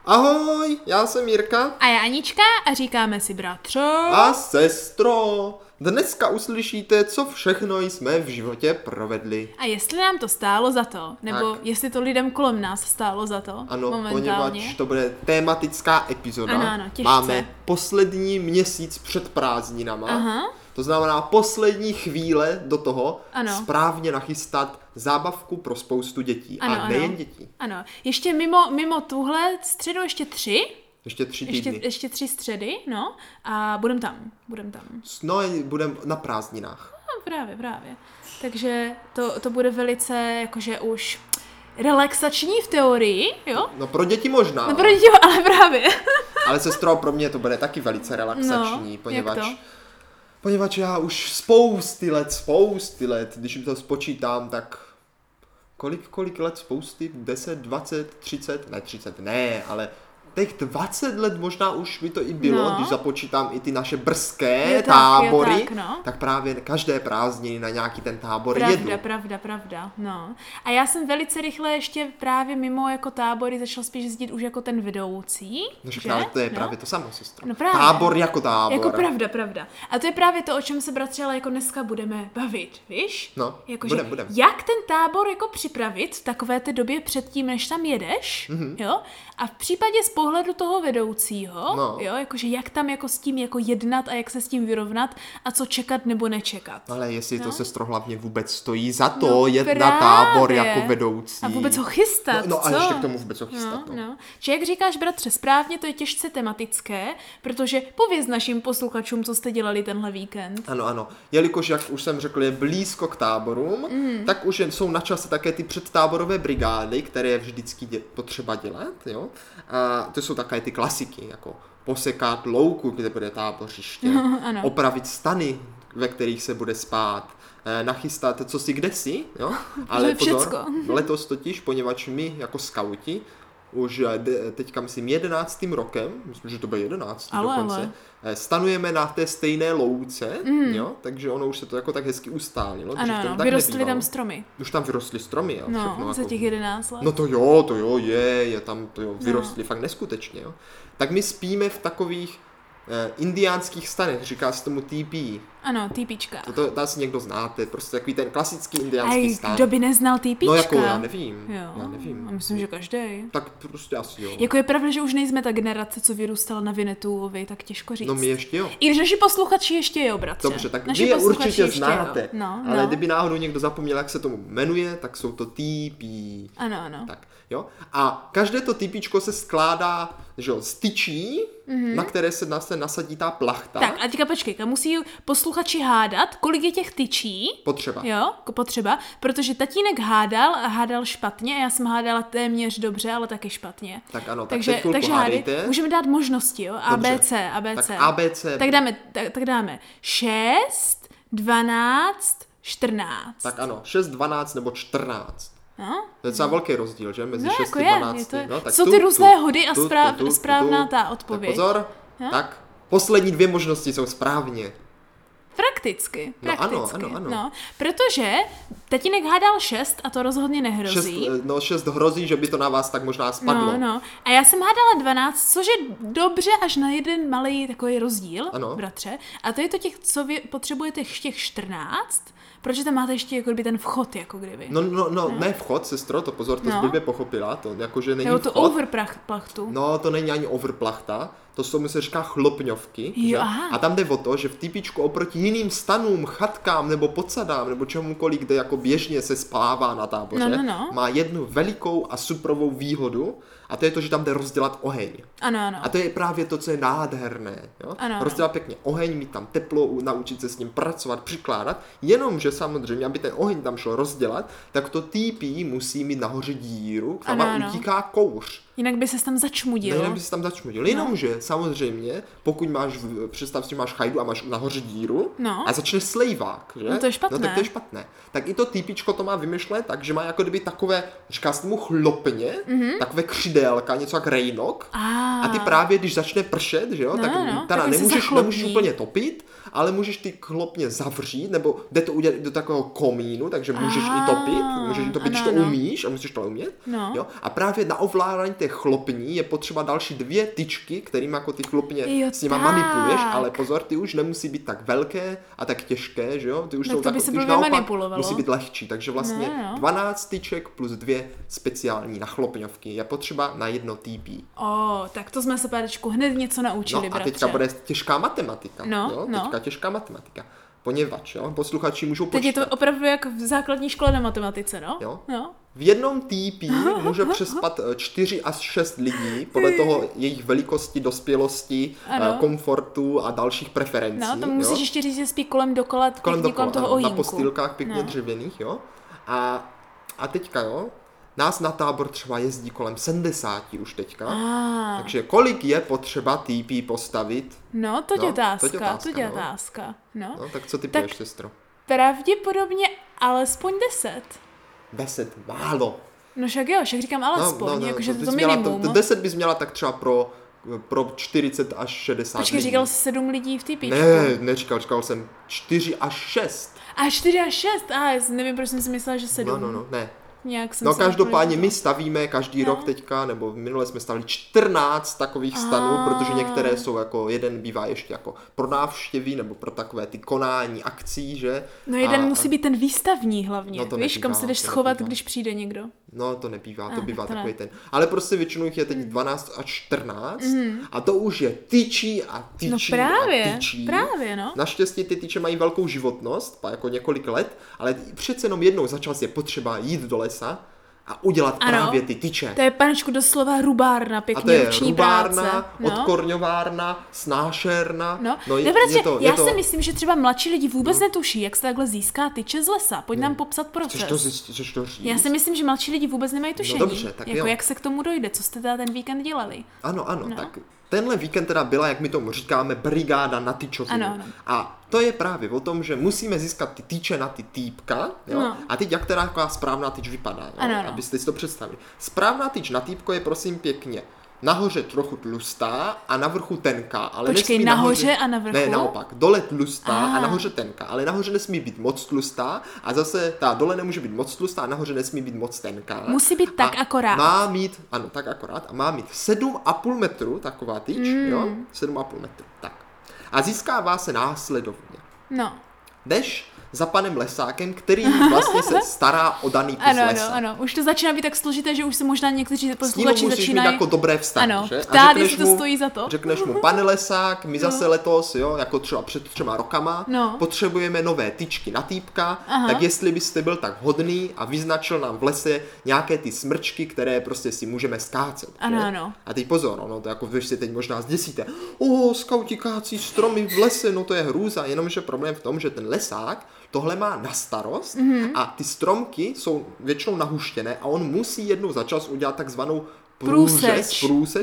Ahoj, já jsem Jirka. A já Anička a říkáme si bratřo. A sestro. Dneska uslyšíte, co všechno jsme v životě provedli. A jestli nám to stálo za to, nebo tak. Jestli to lidem kolem nás stálo za to. Ano, momentálně. poněvadž to bude tématická epizoda. Ano, těžce. Máme poslední měsíc před prázdninama. Aha. To znamená poslední chvíle do toho Ano. správně nachystat zábavku pro spoustu dětí. Ano, a nejen ano. dětí. Ano, ještě mimo tuhle středu ještě 3. Ještě 3 týdny. Ještě 3 středy, no. A budem tam. No, budeme na prázdninách. No, právě. Takže to bude velice, jakože už relaxační v teorii, jo? No pro děti možná. No pro děti, ale právě. Ale sestro, pro mě to bude taky velice relaxační, No, jak to? poněvadž já už spousty let, když to spočítám, tak kolik let spousty? 10, 20, 30? Ne 30, ne, ale těch 20 let možná už by to i bylo, No. když započítám i ty naše brzké Jo, tak, tábory, no. tak právě každé prázdniny na nějaký ten tábor jedu. Pravda, no. A já jsem velice rychle ještě právě mimo jako tábory začal spíš jezdit už jako ten vedoucí. No, že že? právě to je No. právě to samo, sestro. No právě. Tábor jako tábor. Jako pravda. A to je právě to, o čem se bratře ale jako dneska budeme bavit, víš? No, Jakože budem. jak ten tábor jako připravit v takové té době předtím, než tam jedeš, jo? A v případě z pohledu toho vedoucího, No. jo, jakože jak tam jako s tím jako jednat a jak se s tím vyrovnat a co čekat nebo nečekat. Ale jestli to No. sestro hlavně vůbec stojí za to No jet na právě. tábor jako vedoucí. A vůbec ho chystat, No a co? ještě k tomu vůbec ho chystat. No. Či jak říkáš, bratře, správně, to je těžce tematické, protože pověz našim posluchačům, co jste dělali tenhle víkend. Ano. Jelikož, jak už jsem řekl, je blízko k táborům, tak už jsou na čase také ty předtáborové brigády, které je vždycky potřeba dělat, jo. A to jsou také ty klasiky, jako posekat louku, kde bude tábořiště, Ano. opravit stany, ve kterých se bude spát, nachystat co si kdesi, jo. To je všecko. Letos totiž, poněvadž my jako skauti už teďka myslím 11. rokem, myslím, že to bude 11. dokonce, stanujeme na té stejné louce, jo, takže ono už se to jako tak hezky ustálilo. Ano, vyrostly tam stromy. Už tam vyrostly stromy, jo. No, všechno za jako... těch 11 let. No to jo, je tam to jo, vyrostly fakt neskutečně, jo. Tak my spíme v takových indiánských stanech, říká se tomu TP. Ano, týpíčka. To asi někdo znáte, prostě takový ten klasický indiánský stan. Kdo by neznal týpíčka? No jako já nevím. A myslím, že každý. Tak prostě asi jo. Jako je pravda, že už nejsme ta generace, co vyrůstala na Vinetuovi, tak těžko říct. No my ještě jo. I když naši posluchači ještě jo, bratře. Dobře, tak naši vy je posluchači určitě ještě znáte, jo. No, ale kdyby náhodou někdo zapomněl, jak se tomu jmenuje, tak jsou to TP. Ano. Tak, jo. A každé to typíčko se skládá, že jo, z tyčí, na které se nasadí ta plachta. Tak a teďka počkej, musí posluchači hádat, kolik je těch tyčí. Potřeba. Jo, potřeba, protože tatínek hádal špatně a já jsem hádala téměř dobře, ale taky špatně. Tak ano, tak takže teď chvilku hádejte. Můžeme dát možnosti, jo? ABC. Tak ABC. Tak dáme 6, 12, 14. Tak ano, 6, 12 nebo 14. No? To je docela velký rozdíl, že? Mezi 6 jako a 12. je. No, tak jsou ty různé hody a správná ta Tak odpověď. pozor, tak poslední 2 možnosti jsou správně. Prakticky. Ano. No, protože tatínek hádal 6 a to rozhodně nehrozí. 6 hrozí, že by to na vás tak možná spadlo. No. A já jsem hádala 12, což je dobře až na jeden malý takový rozdíl, bratře. A to je to těch, co vy potřebujete těch 14, protože tam máte ještě jako kdyby ten vchod, jako kdyby. No, ne vchod, sestro, to pozor, to blbě pochopila, to jakože není jo, vchod. to overplachtu. No, to není ani overplachta, to jsou, se říká chlopňovky. Jo, aha. A tam jde o to, že v typičku oproti jiným stanům, chatkám nebo podsadám, nebo čemukoliv, kde jako běžně se spává na táboře, má jednu velikou a suprovou výhodu, a to je to, že tam jde rozdělat oheň. Ano. A to je právě to, co je nádherné. Jo? Rozdělat pěkně oheň, mít tam teplo, naučit se s ním pracovat, přikládat, jenomže samozřejmě, aby ten oheň tam šel rozdělat, tak to TP musí mít nahoře díru, která utíká kouř. Jinak by se tam začmudil. Jenomže samozřejmě, pokud představ si, že máš chajdu a máš nahoře díru a začne slejvák, že? No to je špatné. No tak to je špatné. Tak i to týpičko to má vymyšlet, takže má jako kdyby takové, říká se tomu chlopně, takové křidélka křídélka, něco jak rejnok. A ty právě, když začne pršet, že jo, tak teda nemůžeš úplně topit, ale můžeš ty chlopně zavřít, nebo jde to udělat do takového komínu, takže můžeš i topit, když to umíš a musíš to umět. Jo? A právě na ovládání těch chlopní je potřeba další 2 tyčky, kterým jako ty chlopně s nima manipuluješ, ale pozor, ty už nemusí být tak velké a tak těžké, že jo? Ty už tak jsou to by se naopak musí být lehčí, takže vlastně 12 tyček plus 2 speciální na chlopňovky je potřeba na jedno TP. Tak to jsme se párečku hned něco naučili, bratře. A teďka bude těžká matematika. Teďka těžká matematika. Poněvadž, posluchači můžou počítat. Teď je to opravdu jak v základní škole na matematice, Jo. V jednom TP může přespat 4 až 6 lidí, podle toho jejich velikosti, dospělosti, komfortu a dalších preferencí. To musíš ještě říct, že spí kolem dokola toho ohýnku. Na postýlkách pěkně dřevěných, jo. A teďka, nás na tábor třeba jezdí kolem 70 už teďka. Takže kolik je potřeba TP postavit? To je otázka. Tak co ty půjdeš, sestro? Pravděpodobně alespoň 10. 10, málo. Však říkám alespoň, jakože to minimum. 10 bys měla tak třeba pro 40 až 60 lidí. Říkal 7 lidí v TPčku. Říkal jsem 4 až 6. 4 až 6? Nevím, proč jsem si myslela, že 7. Ne. Každopádně my stavíme každý rok teďka, nebo minule jsme stavili 14 takových stanů, protože některé jsou jako, jeden bývá ještě jako pro návštěvy, nebo pro takové ty konání akcí, že? Jeden musí být ten výstavní hlavně, víš, kam se jdeš schovat, když přijde někdo. To nebývá, to bývá takový ten. Ale prostě většinou jich je teď 12 až 14 a to už je tyčí a tyčí právě. Naštěstí ty tyče mají velkou životnost, jako několik let, ale přece jenom jednou za čas je potřeba jít do lesa a udělat právě ty tyče. To je, panečku, doslova rubárna, pěkně ruční práce. A to je rubárna, odkorňovárna, snášerna. Já si myslím, že třeba mladší lidi vůbec netuší, jak se takhle získá tyče z lesa. Pojď nám popsat proces. Chceš to říct? Já si myslím, že mladší lidi vůbec nemají tušení. Dobře, tak jak se k tomu dojde, co jste teda ten víkend dělali. Ano, tak tenhle víkend teda byla, jak my tomu říkáme, brigáda na tyčovinu. A to je právě o tom, že musíme získat ty tyče na ty týpka, a teď jak teda taková správná tyč vypadá, abyste si to představili. Správná tyč na týpko je, prosím pěkně, nahoře trochu tlustá a na vrchu tenká. Ale počkej, nahoře a na vrchu? Ne, naopak, dole tlustá a nahoře tenká, ale nahoře nesmí být moc tlustá a zase ta dole nemůže být moc tlustá a nahoře nesmí být moc tenká. Musí být tak akorát. Má mít, tak akorát, a má mít 7,5 metru taková tyč, 7,5 metru, tak. A získává se následovně. Jdeš za panem lesákem, který vlastně se stará o daný kus lesa. Ano, už to začíná být tak složité, že už se možná někteří posluchači začínají... S ním musíš mít jako dobré vztahy, že? Ptát, jestli to stojí za to. Řekneš mu, pane lesák, my zase letos, jako třeba před 3 rokama, potřebujeme nové tyčky na týpka, tak jestli byste byl tak hodný a vyznačil nám v lese nějaké ty smrčky, které prostě si můžeme skácet. Ano. A teď pozor, to jako vy si teď možná zděsíte. Skauti kácí stromy v lese, to je hrůza, jenomže problém v tom, že ten lesák tohle má na starost a ty stromky jsou většinou nahuštěné a on musí jednou za čas udělat takzvanou průřez.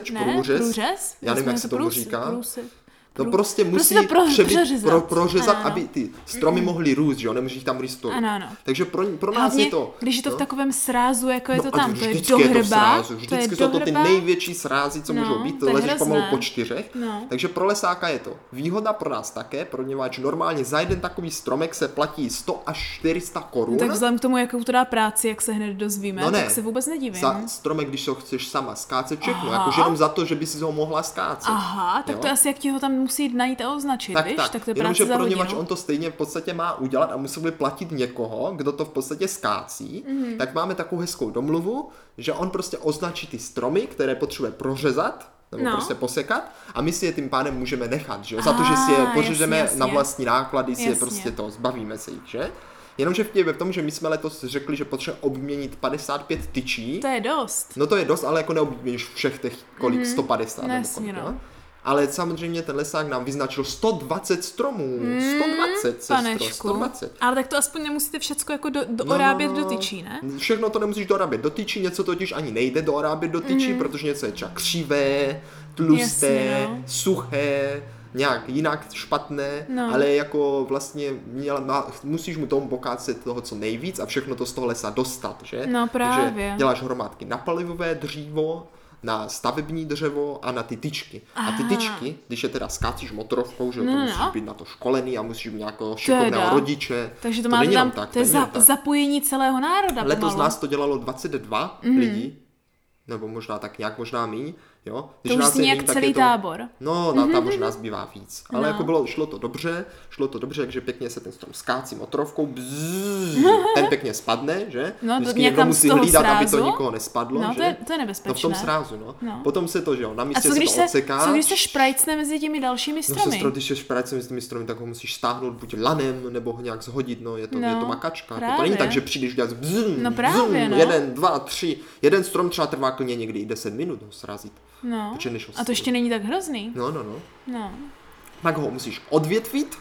Já nevím, jak se tomu říká. To prostě musí prořezat, aby ty stromy mohly růst, že jo, nemůže jich tam růst. Takže pro nás je to... Když je to v takovém srázu, jako je to tam, to je dohrba. Vždycky jsou to ty největší srázy, co můžou být, to lezeš pomalu po 4. Takže pro lesáka je to výhoda, pro nás také, poněvadž normálně za jeden takový stromek se platí 100 až 400 korun. Tak vzhledem k tomu, jakou to dá práci, jak se hned dozvíme, tak se vůbec nedivím. Za stromek, když ho chceš sama skácet všechno, jakože jenom za to, že by si ho mohla skácet. Tak to asi jak ti ho tam musí najít a označit, víš? Tak to je práce za hodinu. On to stejně v podstatě má udělat a musel by platit někoho, kdo to v podstatě skácí, tak máme takovou hezkou domluvu, že on prostě označí ty stromy, které potřebuje prořezat, nebo prostě posekat a my si je tím pádem můžeme nechat, že? Za to, že si je pořežeme na vlastní náklady, si je prostě to, zbavíme se jich, že? Jenomže vtip je v tom, že my jsme letos řekli, že potřebujeme obměnit 55 tyčí. To je dost. To je dost, ale jako neobměníš všech těch, kolik, 150 nebo kolik, Ale samozřejmě ten lesák nám vyznačil 120 stromů. 120, sestro, 120. Ale tak to aspoň nemusíte všecko jako doorábět do tyčí, ne? Všechno to nemusíš doorábět do tyčí, něco totiž ani nejde doorábět do tyčí, protože něco je třeba křivé, tlusté, suché, nějak jinak špatné, ale jako vlastně musíš mu tomu pokácet toho co nejvíc a všechno to z toho lesa dostat, že? Právě. Takže děláš hromádky na palivové dřívo, na stavební dřevo a na ty tyčky. A ty tyčky, když je teda skácíš motorovkou, že to musíš být na to školený a musíš mít nějakého šikovného rodiče. Takže to máte tam, to je zapojení celého národa. Letos nás to dělalo 22 lidí, nebo možná tak nějak, možná míň. Jo? Když to už zní jak celý tábor. No, tam možná zbývá víc. Ale jako šlo to dobře, takže pěkně se ten strom skácí motorovkou, ten pěkně spadne, že? No, vždycky někdo musí hlídat, aby to nikoho nespadlo, no, že? To je nebezpečné. No v tom srázu, no. Potom se to, že jo, na místě se to odseká. A co když se šprajcne mezi těmi dalšími stromy? No, když se šprajcne mezi těmi stromy, tak ho musíš stáhnout buď lanem, nebo ho nějak zhodit, no, je to makačka. To není tak, že přijdeš dělat jeden, dva, tři, jeden strom třeba trvá klidně někdy i 10 minut ho srazit. No. A to ještě není tak hrozný. No. Pak ho musíš odvětvit,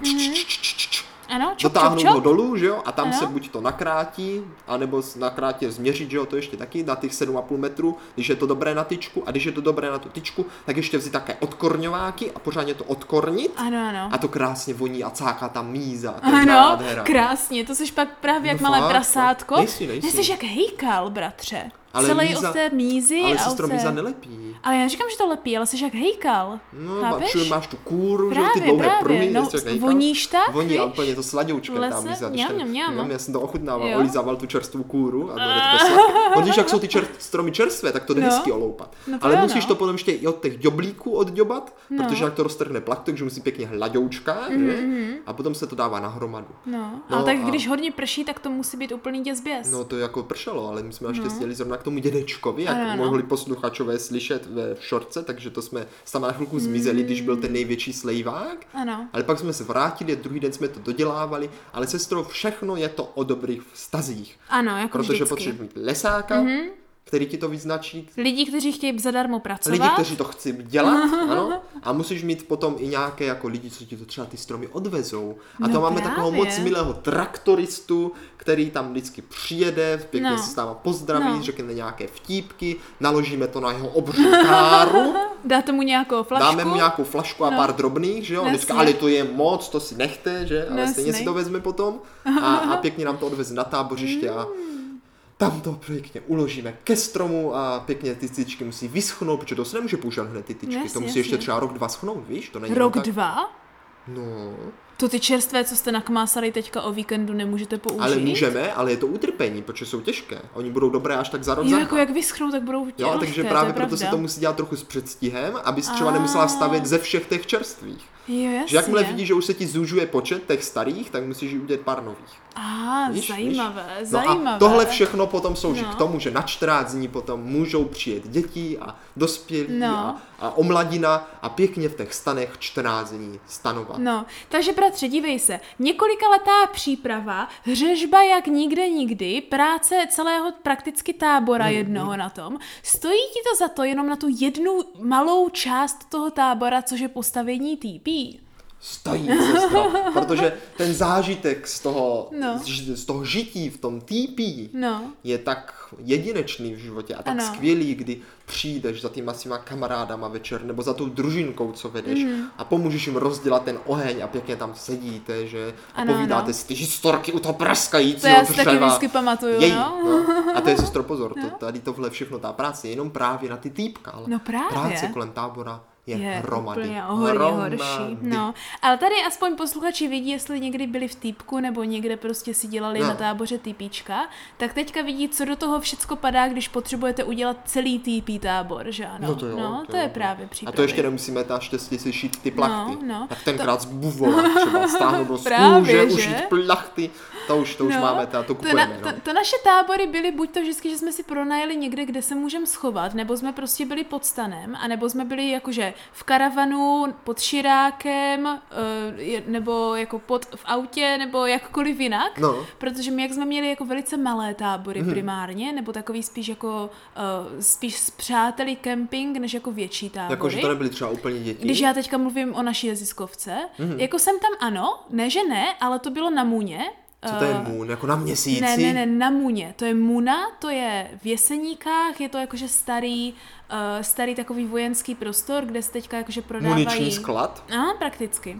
ano, dotáhnout ho dolů, že jo, a tam se buď to nakrátí, anebo nakrátí změřit, že jo, to ještě taky na těch 7,5 metru, když je to dobré na tyčku, a když je to dobré na tu tyčku, tak ještě vzít také odkorňováky a pořádně to odkornit. Ano. A to krásně voní a cáká tam míza. Ano, krásně, to jsi pak právě jak malé prasátko. Nejsi. Jsi jak hejkal, bratře. Ale celý od té mízy. Ale sestro, míza nelepí. Ale já neříkám, že to lepí, ale jsi jak hejkal. No, máš tu kůru, právě, že ty dlouhé pruhy. No, voníš tak, voní, a úplně to sladoučka ta míza. Já jsem to ochutnával, olízával tu čerstvou kůru. A když jak jsou ty stromy čerstvé, tak to jde hezky oloupat. Ale musíš to potom ještě i od těch ďoblíků odďobat, protože jak to roztrhne plach, takže musí pěkně hladoučka, a potom se to dává na hromadu. Ale tak když hodně prší, tak to musí být úplný děsběs. No to jako pršelo, ale my jsme naštěstí jeli zrovna k tomu dědečkovi, jak mohli posluchačové slyšet v šorce, takže to jsme tam na chvilku zmizeli, když byl ten největší slejvák. Ano. Ale pak jsme se vrátili, druhý den jsme to dodělávali, ale sestro, všechno je to o dobrých vztazích. Ano, jako protože vždycky. potřebuješ mít lesáka, který ti to vyznačí. Lidi, kteří chtějí zadarmo pracovat. Lidi, kteří to chci dělat, ano. A musíš mít potom i nějaké jako lidi, co ti to třeba ty stromy odvezou. A to máme takového moc milého traktoristu, který tam vždycky přijede, pěkně se s náma pozdraví, řekne nějaké vtípky, naložíme to na jeho obří káru. Dáte mu nějakou flašku. Dáme mu nějakou flašku a pár drobných, že jo? Říká, ale to je moc, to si nechte, že? Ale stejně si to vezme potom. A pěkně nám to odveze na tábořiště a tam to pěkně uložíme ke stromu a pěkně ty tyčky musí vyschnout, protože to se nemůže používat hned ty tyčky, to musí ještě třeba rok, 2 schnout, víš? To není rok, tak... 2? No. To ty čerstvé, co jste nakmásali teďka o víkendu, nemůžete použít? Ale můžeme, ale je to utrpení, protože jsou těžké. Oni budou dobré až tak za rok. Jo, jako jak vyschnou, tak budou těžké. Jo, takže právě proto se to musí dělat trochu s předstihem, abys třeba nemusela stavět ze všech těch čerstvých. Jo, jasně. Že jakmile vidíš, že už se ti zužuje počet těch starých, tak musíš udělat pár nových. Zajímavé. No a tohle všechno potom slouží k tomu, že na 14 dní potom můžou přijet děti a dospělí a omladina a pěkně v těch stanech 14 dní stanovat. No, takže bratře, dívej se, několikaletá příprava, řežba jak nikdy, práce celého prakticky tábora jednoho na tom, stojí ti to za to jenom na tu jednu malou část toho tábora, což je postavení TP? Stojí, sestro, protože ten zážitek z toho žití v tom TP je tak jedinečný v životě a tak skvělý, kdy přijdeš za týma svýma kamarádama večer nebo za tou družinkou, co vedeš a pomůžeš jim rozdělat ten oheň a pěkně tam sedíte, že a povídáte si ty historky u toho praskajícího dřeva. To já si taky vždycky pamatuju, A to je, sestro, pozor, tady tohle všechno, ta práce je jenom právě na ty týpka, ale práce kolem tábora je hromady. Úplně horší. No. Ale tady aspoň posluchači vidí, jestli někdy byli v týpku nebo někde prostě si dělali na táboře týpíčka, tak teďka vidí, co do toho všecko padá, když potřebujete udělat celý týpí tábor, že ano? To je právě příprava. A to ještě nemusíme naštěstí si šít ty plachty. Tak tenkrát z buvola třeba stáhnout do kůže, ušít plachty, to už máme, to kupujeme. To naše tábory byly buď to vždycky, že jsme si pronajeli někde, kde se můžeme schovat, nebo jsme prostě byli pod stanem, anebo jsme byli jakože v karavanu, pod širákem, nebo jako v autě, nebo jakkoliv jinak, protože my jak jsme měli jako velice malé tábory primárně, nebo takový spíš jako spíš s přáteli kemping, než jako větší tábory. Jakože to nebyly třeba úplně děti? Když já teďka mluvím o naší jeziskovce, jako jsem tam ano, ne že ne, ale to bylo na Můně. Co to je Můn? Jako na Měsíci? Ne, na Můně. To je Můna, to je v Jeseníkách, je to jakože starý takový vojenský prostor, kde se teďka jakože prodávají... Muniční sklad? Aha, prakticky.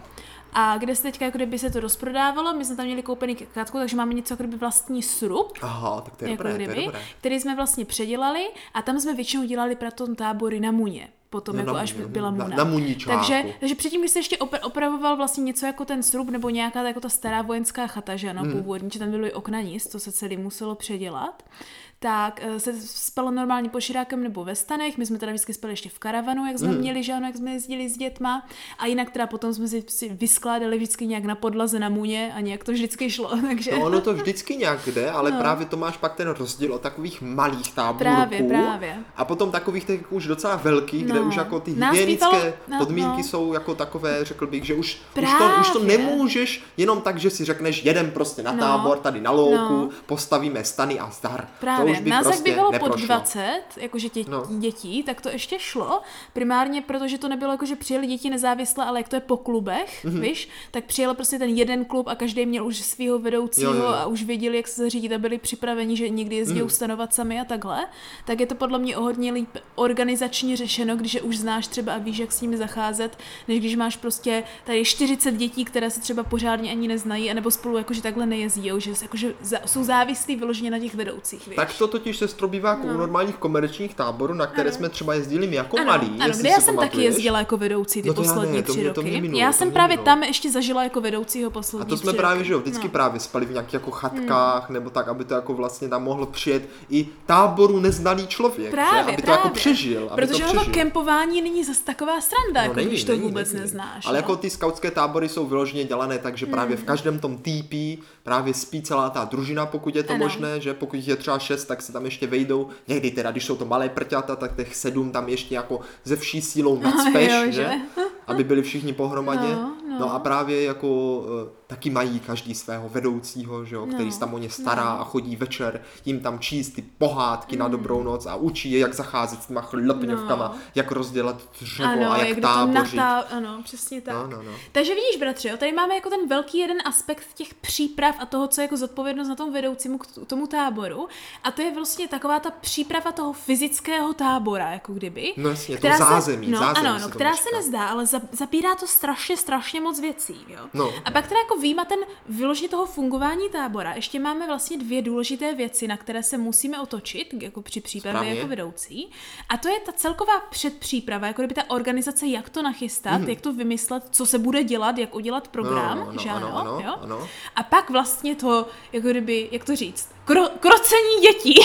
a kde se teďka jako kdyby se to rozprodávalo, my jsme tam měli koupený katku, takže máme něco jako kdyby vlastní srub. Aha, tak to je jako dobré, kdyby, to je dobré. který jsme vlastně předělali a tam jsme většinou dělali pratom tábory na muně. Potom No, jako na až muně, byla muna. na muníčáku. Takže předtím, když se ještě opravoval vlastně něco jako ten srub nebo nějaká jako ta stará vojenská chata, že ano, původní, že tam byly okna nic, to se celý muselo předělat, tak se spalo normálně pod širákem nebo ve stanech, my jsme teda vždycky spali ještě v karavanu, jak jsme měli, že ano, jak jsme jezdili s dětma a jinak teda potom jsme si vyskládali vždycky nějak na podlaze na muně a nějak to vždycky šlo, takže... No ono to vždycky nějak jde, ale právě to máš pak ten rozdíl od takových malých táborků Právě. a potom takových těch už docela velkých, kde už jako ty hygienické podmínky jsou jako takové, řekl bych, že už to nemůžeš jenom tak, že si řekneš jedem prostě na tábor, tady na louku, postavíme stany a zdar. Právě. Už by Nás prostě jak bylo neprošlo. pod 20, jakože dětí, tak to ještě šlo. Primárně, protože to nebylo jako, že přijeli děti nezávisle, ale jak to je po klubech, víš, tak přijel prostě ten jeden klub a každý měl už svého vedoucího a už věděli, jak se zařídit a byli připraveni, že někdy jezdí stanovat sami a takhle. Tak je to podle mě o hodně líp organizačně řešeno, když už znáš třeba a víš, jak s nimi zacházet, než když máš prostě tady 40 dětí, které se třeba pořádně ani neznají, anebo spolu jakože takhle nejezdí, že jakože jsou závislí vyloženě na těch vedoucích. Víš? Tak to totiž se strobívá jako u normálních komerčních táborů, na které jsme třeba jezdili my jako malí. Ano, kde já jsem taky jezdila jako vedoucí ty poslední 3 roky. Já jsem právě tam ještě zažila jako vedoucího poslední 3 roky. A to jsme právě, že jo, vždycky právě spali v nějakých jako chatkách, nebo tak, aby to jako vlastně tam mohl přijet i táboru neznalý člověk, právě, aby to jako přežil. Protože ono kempování není zase taková sranda, jako když to vůbec neznáš. Ale jako ty skautské tábory jsou vyloženě dělané, takže právě v každém tom TP právě spí celá ta družina, pokud je to možné, že pokud je třeba 6, tak se tam ještě vejdou. Někdy teda, když jsou to malé prťata, tak těch 7 tam ještě jako ze vší sílou nacpeš, že? Aby byli všichni pohromadě. No a právě jako taky mají každý svého vedoucího, že jo, který se tam o ně stará a chodí večer jim tam číst ty pohádky na dobrou noc a učí je, jak zacházet s těma chlopňovkama, jak rozdělat dřevo a jak tábořit. Ano, přesně tak. No. Takže vidíš, bratře, jo, tady máme jako ten velký jeden aspekt těch příprav a toho, co je jako zodpovědnost na tom vedoucímu k tomu táboru. A to je vlastně taková ta příprava toho fyzického tábora, jako kdyby. No jasně, to zázemí. Která se nezdá, ale zapírá to strašně moc věcí, jo. No. A pak teda jako výjima ten vyloženě toho fungování tábora, ještě máme vlastně 2 důležité věci, na které se musíme otočit, jako při přípravě jako vedoucí. A to je ta celková předpříprava, jako kdyby ta organizace, jak to nachystat, jak to vymyslet, co se bude dělat, jak udělat program, že ano. A pak vlastně to, jako kdyby, jak to říct, krocení dětí.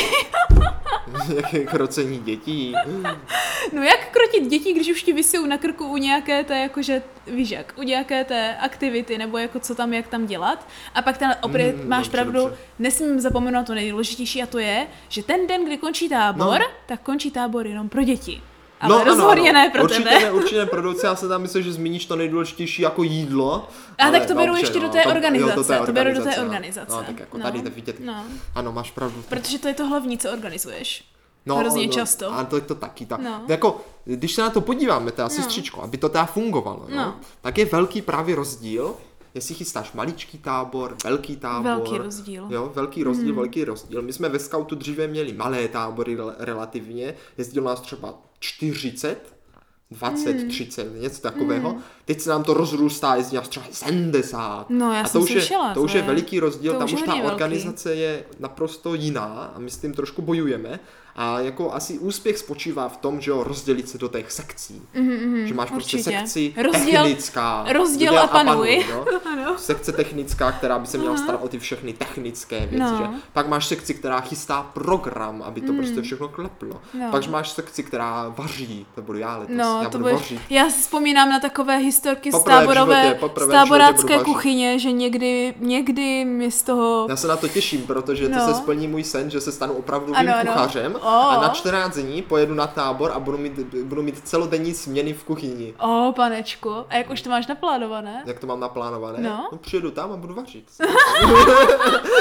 Jaké krocení dětí? No jak krotit děti, když už ti visou na krku u nějaké té, jakože, víš jak, u nějaké té aktivity, nebo jako co tam, jak tam dělat. A pak tam opět máš pravdu, nesmím zapomenout to nejdůležitější a to je, že ten den, kdy končí tábor, tak končí tábor jenom pro děti. Ale rozhodně ne pro tebe. Určitě pro douce, já se tam myslím, že zmíníš to nejdůležitější jako jídlo. A tak to beru ještě do té organizace. To beru do té No, organizace. tak jako tady to vidět. Ano, máš pravdu. Protože to je to hlavní, co organizuješ. Hrozně často. A to taky. Jako, když se na to podíváme, teda sestřičko, aby to teda fungovalo, tak je velký právě rozdíl, jestli chystáš maličký tábor, velký tábor. Velký rozdíl. Jo, velký rozdíl. My jsme ve skautu dříve měli malé tábory relativně, jezdilo nás třeba 40, 20, 30, něco takového. Teď se nám to rozrůstá, jezdí nás třeba 70. No, já jsem slyšela. To už je veliký rozdíl, tam už ta organizace je naprosto jiná a my s tím trošku bojujeme. A jako asi úspěch spočívá v tom, že jo, rozdělit se do těch sekcí. Že máš prostě sekci technická. Rozděl a panuj. Sekce technická, která by se měla starat o ty všechny technické věci. Že? Pak máš sekci, která chystá program, aby to prostě všechno kleplo. Pak z sekci, která vaří. To budu já letos. Já si vzpomínám na takové historky z táborácké kuchyně, že někdy mi z toho... Já se na to těším, protože to se splní můj sen, že se stanu opravdovým kuchařem. A na 14 dní pojedu na tábor a budu mít celodenní směny v kuchyni. Panečku. A jak už to máš naplánované? Jak to mám naplánované? No přijedu tam a budu vařit.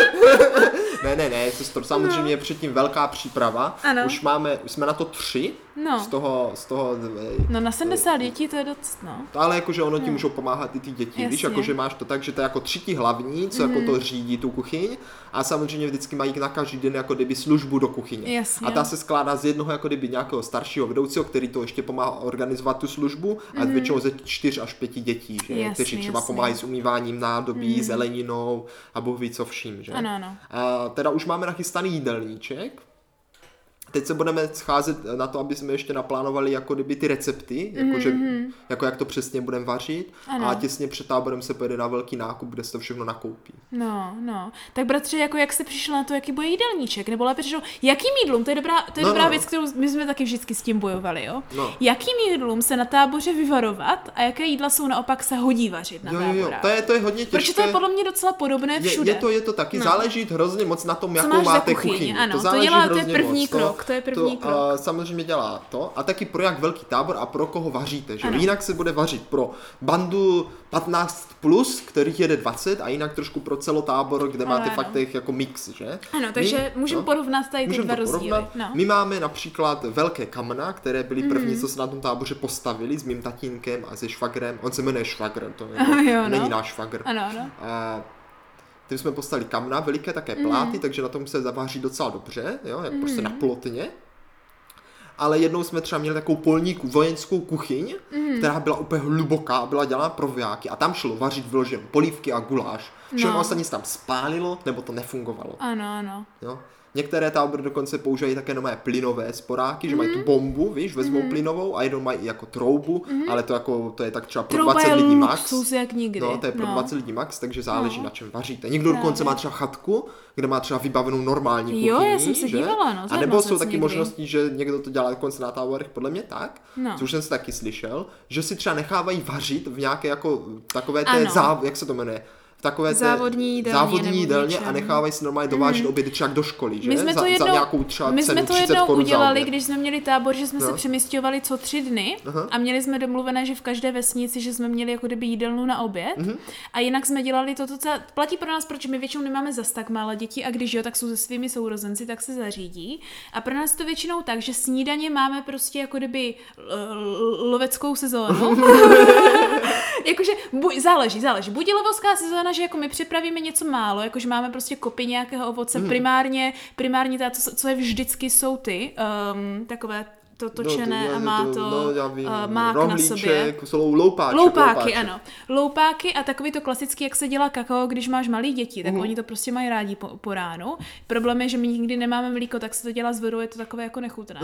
ne, to samozřejmě je předtím velká příprava. Ano. Už jsme na to 3 No. Z toho No na 70 dětí to je dost, no. ale jakože ono ti můžou pomáhat i ty děti, Jasně. víš, jakože máš to tak, že to je jako 3 ti hlavní, co jako to řídí tu kuchyň a samozřejmě vždycky mají na každý den jako kdyby službu do kuchyně. Jasně. A ta se skládá z jednoho jako kdyby nějakého staršího vedoucího, který to ještě pomáhá organizovat tu službu a většinou ze 4 až 5 dětí, že? Jasně, Kteří třeba jasně. pomáhají s umýváním nádobí, zeleninou a Bůh ví co vším, že? Ano. A teda už máme nachystaný jídelníček. Teď se budeme scházet na to, aby jsme ještě naplánovali jako kdyby ty recepty, jako jak to přesně budeme vařit Ano. a těsně před táborem se pojede na velký nákup, kde se to všechno nakoupí. No. Tak bratře, jako jak jsi přišel na to, jaký bude jídelníček, nebo lépe řečeno, jakým jídlům, to je dobrá věc, kterou my jsme taky vždycky s tím bojovali, jo? No. Jakým jídlům se na táboře vyvarovat a jaké jídla jsou naopak se hodí vařit na táborách? To je hodně těžké. Protože to je podle mě docela podobné všude. Je to taky, záleží hrozně moc na tom, Co jakou máš za máte kuchyni, kuchyni. ano, to záleží to je hrozně první moc. krok, to je první krok. Samozřejmě dělá to a taky pro jak velký tábor a pro koho vaříte, že? Ano. Jinak se bude vařit pro bandu 15+, kterých jede 20 a jinak trošku pro celotábor, kde máte ano. fakt jako mix, že? Ano, takže můžeme porovnat tady ty dva rozdíly. No. My máme například velké kamna, které byly první, co se na tom táboře postavili s mým tatínkem a se švagrem. On se jmenuje švagr, to není náš švagr. Ano. Tím jsme postavili kamna, veliké také pláty, takže na tom se zaváří docela dobře, jo, jak prostě na plotně. Ale jednou jsme třeba měli takovou polní vojenskou kuchyň, která byla úplně hluboká, byla dělána pro vojáky a tam šlo vařit vyloženě polívky a guláš. Všechno ostatní se tam spálilo, nebo to nefungovalo. Ano. Jo? Některé tábory dokonce používají také nové plynové sporáky, že mají tu bombu, víš, vezmou plynovou a jednou mají i jako troubu, ale to je tak třeba pro 20 lidí max. Jak nikdy. No, to je pro 20 lidí max, takže záleží na čem vaříte. Někdo dokonce má třeba chatku, kde má třeba vybavenou normální kuchyni, jo, já jsem se dívala, no. A nebo jsou taky možnosti, že někdo to dělá dokonce na táborech, podle mě tak, no. což jsem si taky slyšel, že si třeba nechávají vařit v nějaké jako takové té jak se to jmenuje? Takové závodní jídelně a nechávají si normálně dovážet obědy třeba do školy, že? My jsme to jednou, za nějakou třeba my cenu jsme to 30 jednou korun udělali, když jsme měli tábor, že jsme se přemísťovali co 3 dny a měli jsme domluvené, že v každé vesnici, že jsme měli jako kdyby jídelnu na oběd a jinak jsme dělali to, co platí pro nás, protože my většinou nemáme zas tak málo dětí a když jo, tak jsou se svými sourozenci, tak se zařídí a pro nás to většinou tak, že snídaně máme prostě jako kdyby loveckou sezónu. Jakože záleží. Buď je lovecká sezóna, že jako my připravíme něco málo, jakože máme prostě kopy nějakého ovoce, primárně ta, co je vždycky jsou ty, takové to točené a má to mák na sobě. Jsou loupáky, ano. Loupáky a takový to klasický, jak se dělá kakao, když máš malý děti, tak oni to prostě mají rádi po ránu. Problém je, že my nikdy nemáme mlíko, tak se to dělá s vodou, je to takové jako nechutné.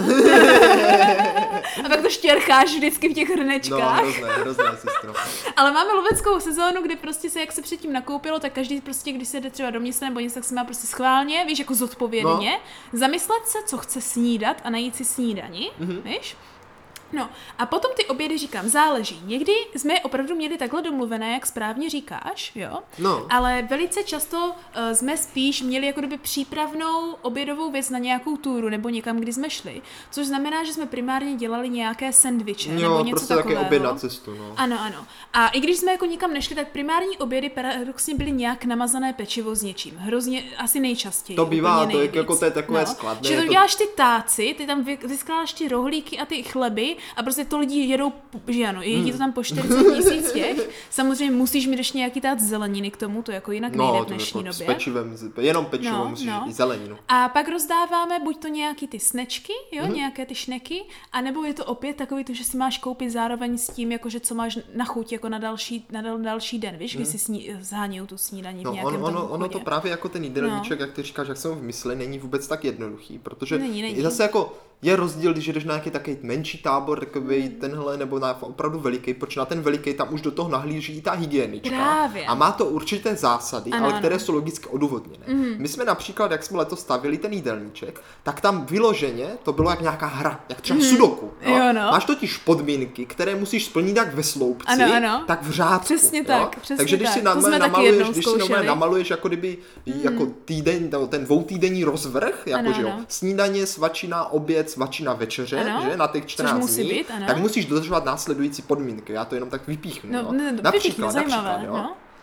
A pak to štěrcháš vždycky v těch hrnečkách. No, hrozné, sestro. Ale máme loveckou sezónu, kde prostě se, jak se předtím nakoupilo, tak každý prostě, když se jde třeba do města nebo něco, tak se má prostě schválně, víš, jako zodpovědně, zamyslet se, co chce snídat a najít si snídani, víš? No a potom ty obědy říkám, záleží. Někdy jsme je opravdu měli takhle domluvené, jak správně říkáš, jo? No. Ale velice často jsme spíš měli jako kdyby přípravnou obědovou věc na nějakou túru nebo někam, kdy jsme šli. Což znamená, že jsme primárně dělali nějaké sendviče nebo něco prostě takového. Také oběd na cestu, no. Ano. A i když jsme jako nikam nešli, tak primární obědy paradoxně byly nějak namazané pečivo s něčím. Hrozně, asi nejčastěji. To bývá, to je takové skladné. Že to děláš ty táci, ty tam vyskládáš ty rohlíky a ty chleby a prostě to lidi jedou, že ano, jedí to tam po 40 000 těch. Samozřejmě musíš mít ještě nějaký tát zeleniny k tomu, to jako jinak nejde v dnešní době. S pečivem, jenom pečivo musíš i zeleninu. A pak rozdáváme buď to nějaký ty snečky, jo, nějaké ty šneky, anebo je to opět takový to, že si máš koupit zároveň s tím, jakože co máš na chuť jako na další den, víš, když si zhánějou tu snídaní v nějakém ono to právě jako ten jídelníček, jak ty říkáš, jak jsem v mysli, není vůbec tak jednoduchý, protože není. zase jako je rozdíl, když jdeš na nějaký takový menší tábor, takový tenhle, nebo na opravdu veliký, protože na ten veliký tam už do toho nahlíží i ta hygienička. Právě. A má to určité zásady, ano, které jsou logicky odůvodněné. My jsme například, jak jsme letos stavili ten jídelníček, tak tam vyloženě to bylo jak nějaká hra, jak třeba sudoku. Jo, no. Máš totiž podmínky, které musíš splnit jak ve sloupci, tak v řádku. Přesně tak. Takže když si namaluješ jako kdyby jako týden, ten dvoutýdenní rozvrh, jako že jo, snídaně, svačina, oběd, svačina, večeře, že na těch 14 dní, tak musíš dodržovat následující podmínky. Já to jenom tak vypíchnu. Například, jo.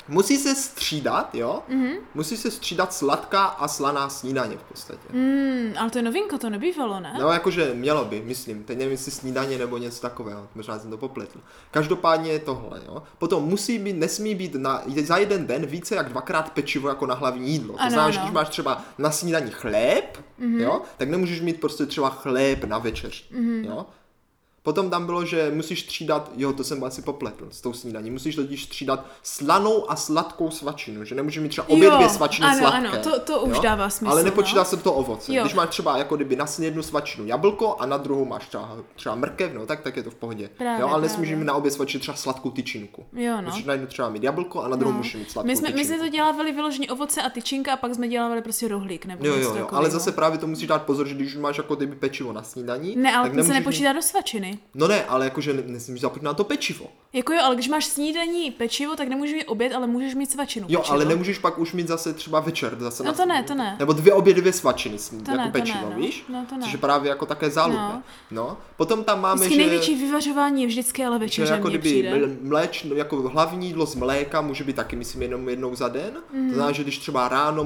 Musí se střídat, jo? Musí se střídat sladká a slaná snídaně v podstatě. Ale to je novinka, to nebývalo, ne? No, jakože mělo by, myslím. Teď nevím, jestli snídaně nebo něco takového. Možná jsem to popletl. Každopádně je tohle, jo? Potom nesmí být za jeden den více jak 2x pečivo jako na hlavní jídlo. To znamená, že když máš třeba na snídani chléb, jo? Tak nemůžeš mít prostě třeba chléb na večeř, jo? Potom tam bylo, že musíš střídat, to jsem asi popletl s tou snídaní, musíš totiž střídat slanou a sladkou svačinu, že nemůžeš mít třeba obě dvě svačiny sladké. Ano, to už dává smysl. Ale nepočítá se to ovoce. Když máš třeba jako kdyby na jednu svačinu jablko a na druhou máš třeba mrkev, tak je to v pohodě. Ale nesmíš mít na obě svačiny třeba sladkou tyčinku. Musíš na jednu třeba mít jablko a na druhou musíš mít sladkou tyčinku. My jsme to dělávali vyloženě ovoce a tyčinka a pak jsme dělávali prostě rohlík nebo něco takového. Ale zase právě to musíš dát pozor, že když máš jako kdyby pečivo na snídaní, ne, ale to se nepočítá do svačiny. No ne, ale jakože nesmíš zapomínat na to pečivo. Ale když máš snídaní pečivo, tak nemůžeš mít oběd, ale můžeš mít svačinu. Ale nemůžeš pak už mít zase třeba večer. Zase to ne. Nebo dvě svačiny jako pečivo, víš? Což je právě jako také záludné. Potom tam máme, vždycky největší vyvařování je vždycky ale večeře, jako kdyby mléčno, jako hlavní jídlo z mléka může být taky, myslím, jenom jednou za den. To znamená, že když třeba ráno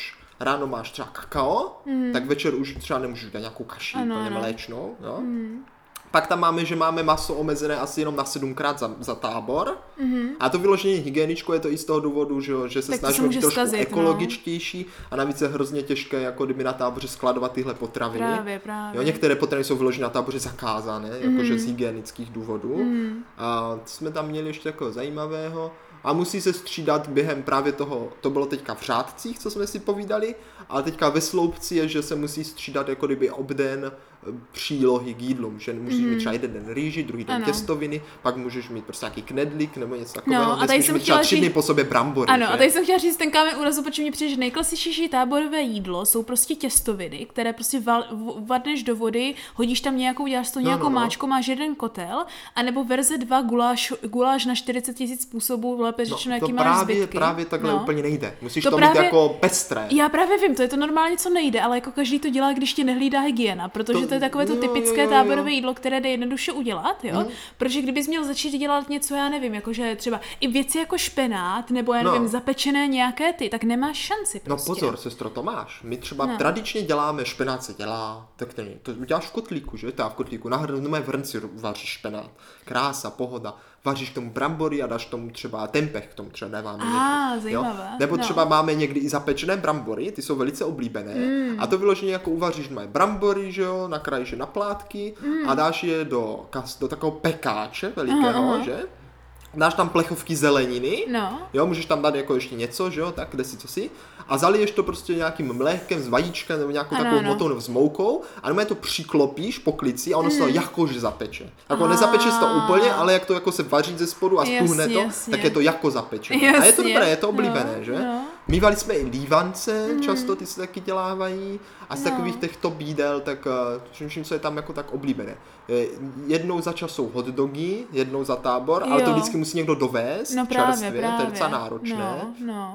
máš třeba kakao, tak večer už třeba nemůžeš dát nějakou kaši, úplně mléčnou, jo? Pak tam máme, že máme maso omezené asi jenom na 7x za tábor. A to vyloženě hygieničko je to i z toho důvodu, že se snažíme být trošku ekologičtější a navíc je hrozně těžké jako kdyby na táboře skladovat tyhle potraviny. Právě. Některé potraviny jsou vyložené na táboře zakázané, jakože z hygienických důvodů. A co jsme tam měli ještě jako zajímavého. A musí se střídat během právě toho, to bylo teďka v řádcích, co jsme si povídali, ale teďka ve sloupci je, že se musí střídat jako kdyby obden přílohy k jídlům, že můžeš mít třeba jeden den rýži, druhý den těstoviny, pak můžeš mít prostě nějaký knedlík nebo něco takového, a tady jsem třeba 3 dny po sobě brambory. Ano, a tady jsem chtěla říct ten kámen úrazu, protože mi přijde, že nejklasičtější táborové jídlo jsou prostě těstoviny, které prostě vadneš do vody, hodíš tam uděláš to nějakou máčku, máš jeden kotel, anebo verze 2 guláš na 40 000 způsobů, lépe řečeno, jaký máš zbytky. Právě takhle úplně nejde. Musíš to mít jako pestré. Já právě vím, to je to normálně, co nejde, ale jako každý to dělá, když tě nehlídá hygiena, protože to je takové to typické táborové jídlo, které jde jednoduše udělat, jo? Protože kdybys měl začít dělat něco, já nevím, jakože třeba i věci jako špenát, nebo já nevím, zapečené nějaké tak nemáš šanci prostě. No pozor, sestro, to máš. My třeba tradičně děláme, špenát se dělá, tak to uděláš v kotlíku, že? V kotlíku, na v hrnci vaříš špenát. Krása, pohoda. Vaříš k tomu brambory a dáš tomu třeba tempeh, k tomu třeba dáváme někdy. Zajímavé. Nebo třeba máme někdy i zapečené brambory, ty jsou velice oblíbené. A to vyloženě jako uvaříš brambory, že jo, nakrájíš je na plátky a dáš je do takového pekáče velikého, že? Dáš tam plechovky zeleniny, jo, můžeš tam dát jako ještě něco, že jo, tak kde si co si. A zaliješ to prostě nějakým mlékem s vajíčkem nebo nějakou takovou hmotou nebo s moukou a jenom to přiklopíš po klici a ono se to jakože zapeče. Jako nezapeče se to úplně, ale jak to jako se vaří ze spodu a stuhne to, tak je to jako zapečené. A je to dobré, je to oblíbené, že? Mívali jsme i lívance, často ty se taky dělávají a z takových těchto bídel, tak co je tam jako tak oblíbené. Jednou za čas jsou hot dogy, jednou za tábor, ale to vždycky musí někdo dovést čerstvě, to je docela náročné.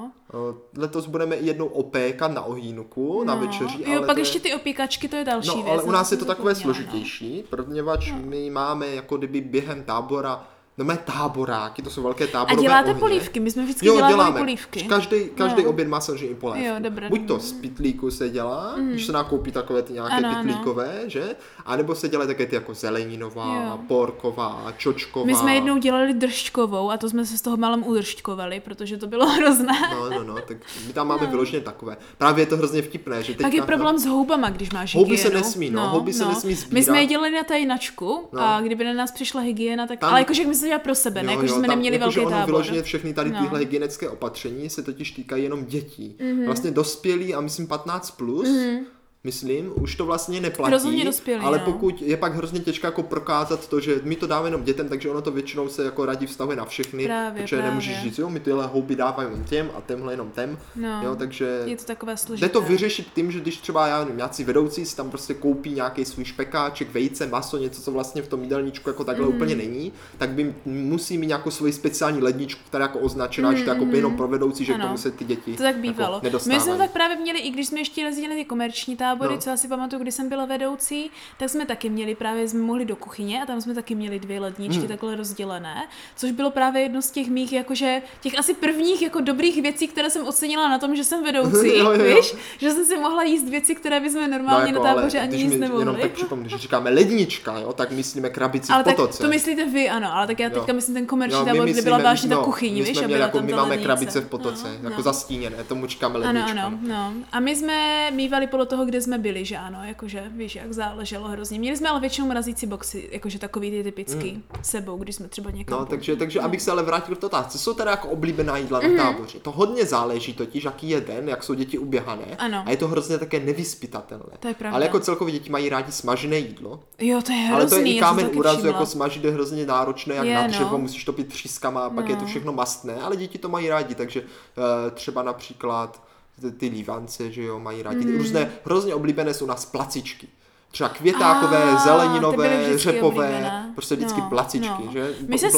Letos budeme i jednou opékat na ohýnku, na večeři. Ale pak ještě ty opíkačky, to je další věc. Ale u nás je to takové složitější, protože my máme jako kdyby během tábora táboráky, to jsou velké táborové ohně. A děláte ohně. Polívky, my jsme vždycky dělávali polívky. Každý oběd má samozřejmě i polévku. Buď to z pytlíku se dělá, když se nakoupí takové ty nějaké pytlíkové, že? A nebo se dělají také ty jako zeleninová, porková, čočková. My jsme jednou dělali držťkovou a to jsme se z toho malem udržťkovali, protože to bylo hrozné. Tak my tam máme vyloženě takové. Právě je to hrozně vtipné, že pak je problém s houbama, když máš hygienu. Houby se nesmí, houby se nesmí sbírat. My jsme je dělali na tajnačku a kdyby na nás přišla hygiena, tak ale jakože my jsme dělali pro sebe, ne? Jakože jsme neměli velký tábor. Vyloženě všechny tady tyhle hygienické opatření se totiž týkají jenom dětí. Vlastně dospělí a myslím 15+, myslím, už to vlastně neplatí, ale pokud je pak hrozně těžké jako prokázat to, že my to dáme jenom dětem, takže ono to většinou se jako raději vztahuje na všechny, protože nemůžeš říct, my tyhle houby dávají jenom těm a temhle jenom tem, jo, takže je to takové složité. Jde to vyřešit tím, že když třeba já nevím, nějací vedoucí si tam prostě koupí nějaký svůj špekáček, vejce, maso, něco, co vlastně v tom jídelníčku jako takhle úplně není, tak by musí mít nějakou svoji speciální ledničku, která jako označená, že to jako jenom pro vedoucí, že k tomu se ty děti to tak bývalo. Jako my jsme tak právě měli, i když jsme ještě jezdili ty komerční tábory, co asi pamatuju, když jsem byla vedoucí, tak jsme taky měli jsme mohli do kuchyně a tam jsme taky měli 2 ledničky takhle rozdělené, což bylo právě jedno z těch mých, jakože, těch asi prvních jako dobrých věcí, které jsem ocenila na tom, že jsem vedoucí, víš? Že jsem si mohla jíst věci, které bychom normálně na táboře ani jíst nemohli. Jenom tak připomínám, že říkáme lednička, jo, tak myslíme krabici v potoce. Tak to myslíte vy, ano, ale tak já teďka myslím ten komerční tábor, kde byla vážně ta kuchyň, víš, a byla tam my ta máme lednice. krabice v potoce, jako zastíněné, tomu říkáme lednička. Ano. A my jsme mívali podle toho, kde jsme byli, že ano, jakože, víš, jak záleželo hrozně. Měli jsme ale většinou mrazící boxy, jakože takový ty typický sebou, když jsme třeba někam. No, takže abych se ale vrátil k otázce, co teda jako oblíbená jídla na táboře? To hodně záleží totiž, jaký je den, jak jsou děti uběhané. Ano. A je to hrozně také nevyzpytatelné. To je pravda. Ale jako celkově děti mají rádi smažené jídlo. Jo, to je hrozný. Ale to je i kámen úrazu, všimla. jako smažit je hrozně náročné, jak na dřevo, musíš topit třískama a pak je to všechno mastné, ale děti to mají rádi, takže třeba například ty lívance, že jo, mají rádi. Různé hrozně oblíbené jsou u nás placičky. Třeba květákové, zeleninové, řepové, oblíbené. prostě vždycky placičky, že?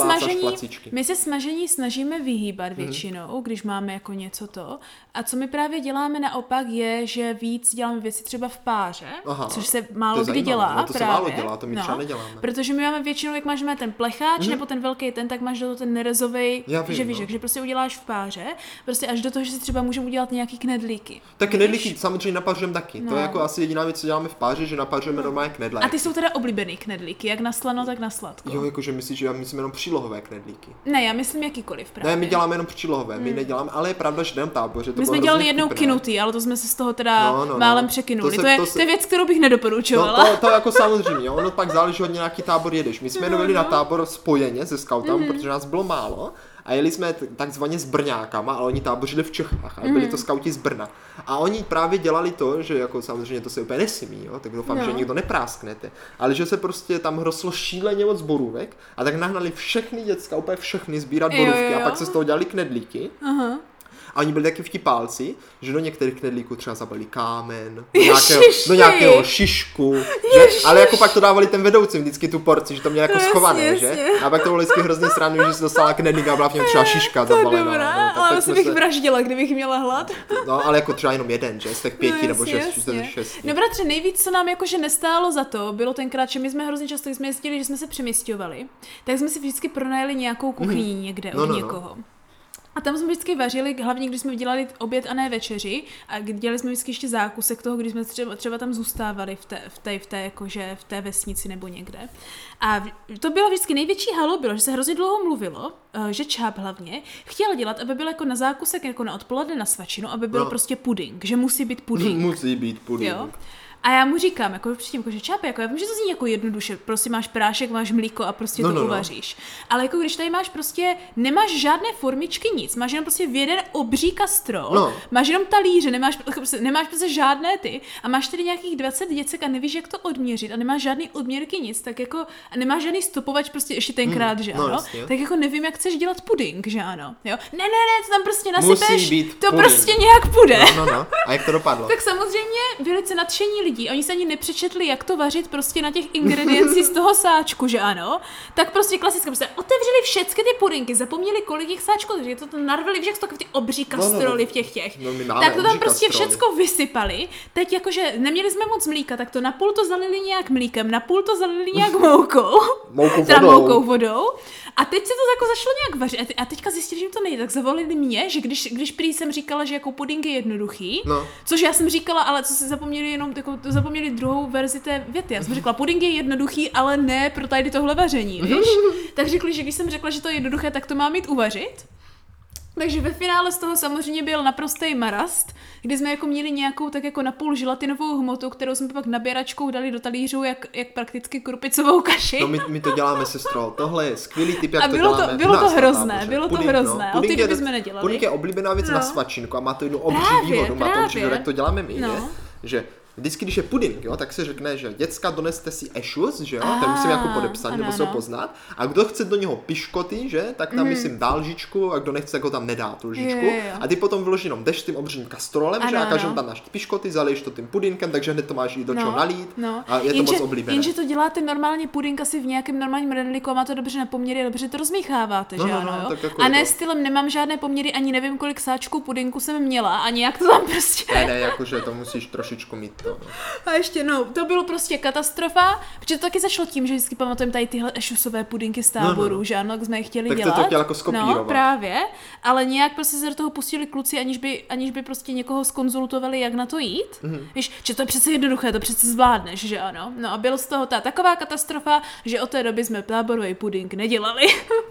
My se smažení snažíme vyhýbat většinou, když máme jako něco to. A co my právě děláme naopak je, že víc děláme věci třeba v páře, což se málo kdy dělá. No, to právě. se málo dělá, to my třeba neděláme. Protože my máme většinou, jak máš ten plecháč nebo ten velký tak máš do toho ten nerezovej, že víš, že prostě uděláš v páře, prostě až do toho, že si třeba můžeme udělat nějaký knedlíky. Tak knedlíky samozřejmě napařujeme taky. To je jako asi jediná věc, co děláme v páře, že napařujeme normálně knedlíky. A ty jsou teda oblíbený knedlíky, jak na slano, tak na sladko. Jo, jakože myslíš, že já myslím jenom přílohové knedlíky. Ne, já myslím jakýkoliv právě. Ne, my děláme jenom přílohové, my neděláme, ale je pravda, že jdem táboře. My jsme dělali jednou kinutý, ale to jsme se z toho teda málem překynuli. To je věc, kterou bych nedoporučovala. No, to jako samozřejmě, ono pak záleží hodně, na jaký tábor jedeš. My jsme jeli na tábor spojeně se skautami, protože nás bylo málo. A jeli jsme takzvaně s Brňákama, ale oni tábořili v Čechách, ale byli to skauti z Brna. A oni právě dělali to, že jako samozřejmě to se úplně nesimí, jo, tak doufám, že nikdo neprásknete, ale že se prostě tam hroslo šíleně moc borůvek a tak nahnali všechny děcka, úplně všechny sbírat borůvky a pak se z toho dělali knedlíky. A oni byli taky vtipálci, že do některých knedlíků třeba zabalili kámen, do nějakého šišku, že? Ale jako pak to dávali ten vedoucím vždycky tu porci, že to měl jako schované, že? A pak to bylo vždycky hrozně sranný, že se dostala knedlík a byla v něm třeba šiška zabalená. Dobrá, no, ale asi bych vraždila, kdybych měla hlad. No, ale jako třeba jenom jeden, že? Z těch 5 nebo 6. No bratře, nejvíc, co nám jakože nestálo za to, bylo tenkrát, že my jsme hrozně často, když jsme jezdili, že jsme se přemisťovali, tak jsme si vždycky pronajeli nějakou kuchyni někde od někoho. A tam jsme vždycky vařili, hlavně když jsme dělali oběd a ne večeři, a dělali jsme vždycky ještě zákusek toho, když jsme třeba tam zůstávali v té vesnici nebo někde. A to bylo vždycky největší halo, bylo, že se hrozně dlouho mluvilo, že Čáp hlavně chtěl dělat, aby byl jako na zákusek, jako na odpoledne na svačinu, aby byl prostě puding, že musí být puding. Musí být puding. Jo? A já mu říkám, jako předtím, jako, že Čápe, jako já vím, že to zní jako jednoduše, prostě máš prášek, máš mlíko a prostě to uvaříš. Ale jako když tady máš prostě, nemáš žádné formičky, nic, máš jenom prostě v jeden obří kastrol, máš jenom talíře, nemáš prostě žádné ty a máš tady nějakých 20 děcek a nevíš, jak to odměřit a nemáš žádný odměrky, nic, tak jako a nemáš žádný stopovač, prostě ještě tenkrát, že ano, tak jako nevím, jak chceš dělat puding, že ano, jo. Ne, to tam prostě nasypeš, to puding. Prostě nějak půjde. No. A jak to dopadlo? Tak samozřejmě velice nadšení lidí, oni se ani nepřečetli, jak to vařit prostě na těch ingrediencí z toho sáčku, že ano, tak prostě klasicky, prostě otevřeli všechny ty pudinky, zapomněli, kolik jich sáčků, takže to narvili všechny ty obří kastroly v těch. Tak to tam prostě všecko vysypali, teď jakože neměli jsme moc mlíka, tak to napůl to zalili nějak mlíkem, napůl to zalili nějak moukou vodou. A teď se to jako začalo nějak vařit a teďka zjistili, že jim to nejde, tak zavolili mě, že když prý jsem říkala, že jako puding je jednoduchý, což já jsem říkala, ale co si zapomněli jenom, jako, zapomněli druhou verzi té věty. Já jsem řekla, puding je jednoduchý, ale ne pro tady tohle vaření, víš? Tak řekli, že když jsem řekla, že to je jednoduché, tak to má mít uvařit. Takže ve finále z toho samozřejmě byl naprostý marast, kdy jsme jako měli nějakou tak jako napůl želatinovou hmotu, kterou jsme pak naběračkou dali do talířů, jak prakticky krupicovou kaši. No my to děláme, sestro. Tohle je skvělý tip, jak a to děláme. Bylo to hrozné. A ty kdyby jsme nedělali. Puding je oblíbená věc na svačinku a má to jednu obří výhodu. Má to obří výhodu, jak to děláme my, že vždycky, když je puding, jo, tak se řekne, že děcka doneste si ešus, že jo, ten musím jako podepsat, nebo se ho poznat. A kdo chce do něho piškoty, že, tak tam myslím dá lžičku a kdo nechce, tak ho tam nedá tu lžičku. A ty potom vyloží jenom jdeš tím obřím kastrolem, že a každému tam dáš piškoty, zaleješ to tím pudinkem, takže hned to máš i do čeho nalít. A je to moc oblíbené. Jenže to děláte normálně puding asi v nějakém normálním redliku a má to dobře na poměry, dobře to rozmícháváte, že ano, jo? Jako a ne stylem nemám žádné poměry, ani nevím, kolik sáčků pudinku jsem měla, ani jak to tam prostě. Ne, jakože to musíš trošičku mít A ještě, to bylo prostě katastrofa, protože to taky začalo tím, že vždycky pamatujeme tady tyhle ešusové pudinky z táboru, že ano, jak jsme je chtěli tak dělat. Tak to chtěl jako skopírovat. No, právě, ale nějak prostě se do toho pustili kluci, aniž by prostě někoho zkonzultovali, jak na to jít. Víš, že to je přece jednoduché, to přece zvládneš, že ano. No a bylo z toho taková katastrofa, že od té doby jsme táborový pudink nedělali.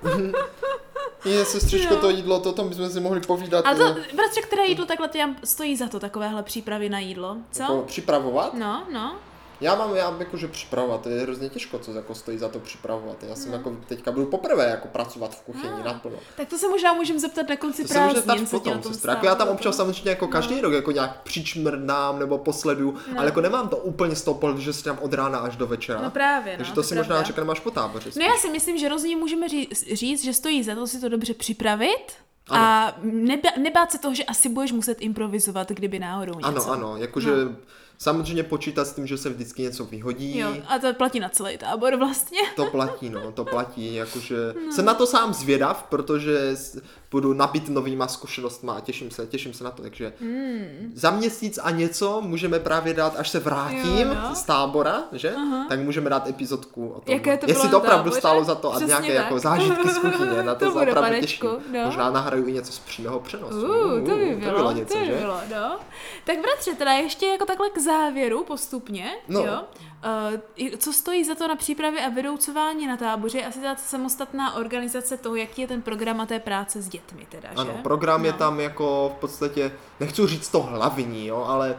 Je, sestřičko, to jídlo, to tom bychom si mohli povídat. A to, bratře, které jídlo takhle stojí za to, takovéhle přípravy na jídlo, co? Jako připravovat? No. Já jakože připravovat, to je hrozně těžko, co jako stojí za to připravovat. Já jsem jako teďka budu poprvé jako pracovat v kuchyni naplno. Tak to se možná můžeme zeptat na konci prázdnin, co potom, sestra. Jako já tam občas samozřejmě jako každý rok jako nějak přičmrdám nebo posledu, ale jako nemám to úplně z toho pohledu, že si tam od rána až do večera. No právě, takže to si možná čekáme až po táboře. No já si myslím, že rozhodně můžeme říct, že stojí za to si to dobře připravit. Ano. A nebát se toho, že asi budeš muset improvizovat, kdyby náhodou něco. Ano, jakože samozřejmě počítat s tím, že se vždycky něco vyhodí. Jo, a to platí na celý tábor vlastně. To platí, jakože jsem na to sám zvědav, protože budu nabít novýma zkušenostma a těším se na to, takže za měsíc a něco můžeme právě dát, až se vrátím z tábora, že? Tak můžeme dát epizodku o tom, jestli to opravdu stálo za to a nějaké jako zážitky z kuchyně, na to opravdu těším. Možná nahraju i něco z přímého přenosu. To by bylo něco, že? No. Tak bratře, teda ještě jako takhle k závěru postupně, jo? Co stojí za to na přípravě a vedoucování na táboře, asi ta samostatná organizace toho, jaký je ten program a té práce s dětmi teda, že? Ano, program je tam jako v podstatě, nechci říct to hlavní, jo, ale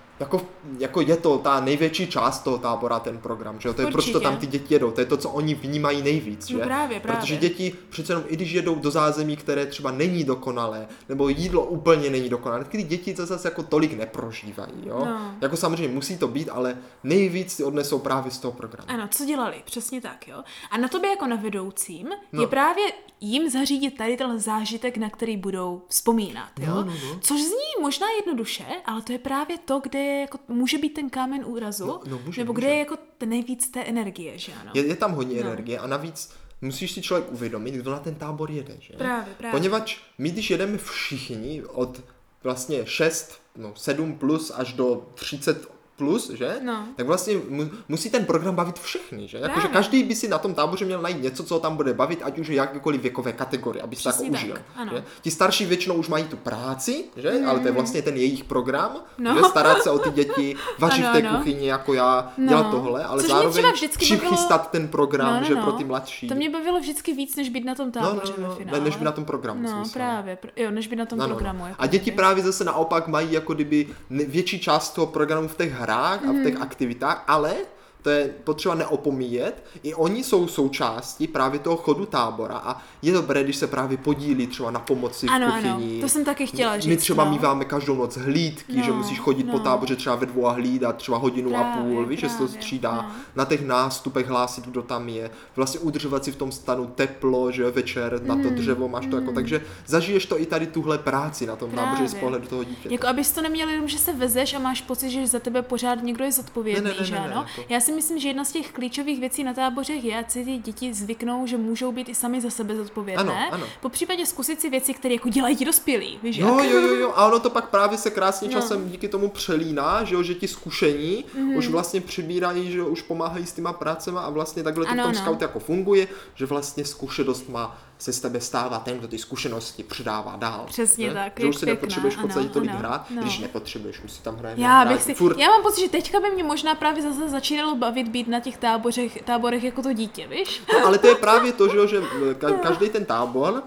jako je to ta největší část toho tábora, ten program, že jo? To je proč to tam ty děti jedou, to je to, co oni vnímají nejvíc, že? No právě. Protože děti přece jenom, i když jedou do zázemí, které třeba není dokonalé, nebo jídlo úplně není dokonalé, ty děti to zase jako tolik neprožívají, jo? No. Jako samozřejmě musí to být, ale nejvíc si odnesou právě z toho programu. Ano, co dělali, přesně tak, jo? A na tobě jako na vedoucím je právě jim zařídit tady ten zážitek, na který budou vzpomínat, jo? No. Což zní možná jednoduše, ale to je právě to, kde jako může být ten kámen úrazu, nebo kde je jako ten nejvíc té energie, že ano? Je tam hodně energie a navíc musíš si člověk uvědomit, kdo na ten tábor jede, že? Právě. Poněvadž my, když jedeme všichni od vlastně 7 plus až do 30 plus, že? No. Tak vlastně musí ten program bavit všechny, že? Jakože každý by si na tom táboře měl najít něco, co ho tam bude bavit, ať už jakékoliv věkové kategorie, aby se tak užil. Že? Ti starší většinou už mají tu práci, že? Ale to je vlastně ten jejich program, že? Starat se o ty děti, vařit v té kuchyni jako já, dělat tohle, ale což zároveň přichystat ten program, že pro ty mladší. To mě bavilo vždycky víc, než být na tom táboře ve finále. Než být na tom programu. No, právě. Jo, než být na tom programu. A děti právě zase naopak mají jako kdyby větší část toho programu v těch hrách a v těch aktivitách, ale to je potřeba neopomíjet, i oni jsou součástí právě toho chodu tábora a je dobré, když se právě podílí třeba na pomoci v kuchyni. Ano, to jsem taky chtěla říct. My třeba míváme každou noc hlídky, že musíš chodit po táboře třeba ve 2 a hlídat třeba hodinu a půl, víš, že se to střídá, na těch nástupech hlásit, kdo tam je, vlastně udržovat si v tom stanu teplo, že večer na to dřevo máš to jako, takže zažiješ to i tady tuhle práci na tom táboře z pohledu toho dítěte. Jako abys to neměl jenom, že se vezeš a máš pocit, že za tebe pořád někdo je zodpovědný, že ano? Já si myslím, že jedna z těch klíčových věcí na tábořech je, ať si ty děti zvyknou, že můžou být i sami za sebe zodpovědné. Ano. Po případě zkusit si věci, které jako dělají ti dospělí, víš? Jo. A ono to pak právě se krásně časem díky tomu přelíná, že ti zkušení už vlastně přibírají, že už pomáhají s těma prácema a vlastně takhle to v tom Scout jako funguje, že vlastně zkušenost má se z tebe stává ten, kdo ty zkušenosti předává dál. Přesně tak. Že už si nepotřebuješ v podstatě tolik hrát, když nepotřebuješ, už si tam hrajeme. Já mám pocit, že teďka by mě možná právě zase začínalo bavit být na těch táborech jako to dítě, víš? No, ale to je právě to, že každý ten tábor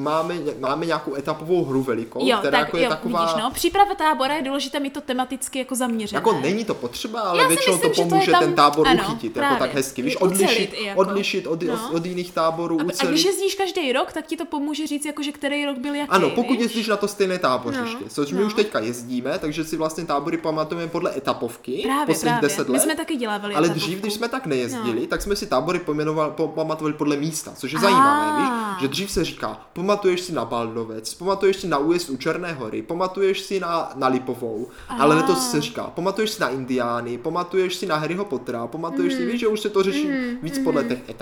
máme nějakou etapovou hru velikou, která jako je taková... Vidíš, příprava tábora je důležité mít to tematicky jako zaměřené. Jako není to potřeba, ale většinou to pomůže ten tábor uchytit, jako tak hezky, víš, odlišit od jiných táborů, ucelit. A když jezdíš každý rok, tak ti to pomůže říct, jako, že který rok byl jaký. Ano, pokud jezdíš na to stejné tábořiště, což my už teďka jezdíme, takže si vlastně tábory pamatujeme podle etapovky, posledních 10 let. My jsme taky dělávali ale dřív, když jsme tak nejezdili, tak jsme si tábory pamatovali podle místa, což je zajímavé, víš, že dřív se říká, pamatuješ si na Baldovec, pamatuješ si na újezd u Černé Hory, pamatuješ si na Lipovou, ale letos se říká, pamatuješ si na Indiány, pamatuješ si na Harryho Pottera, pamatuješ si, víš, že už se to řeší víc podle těch etap.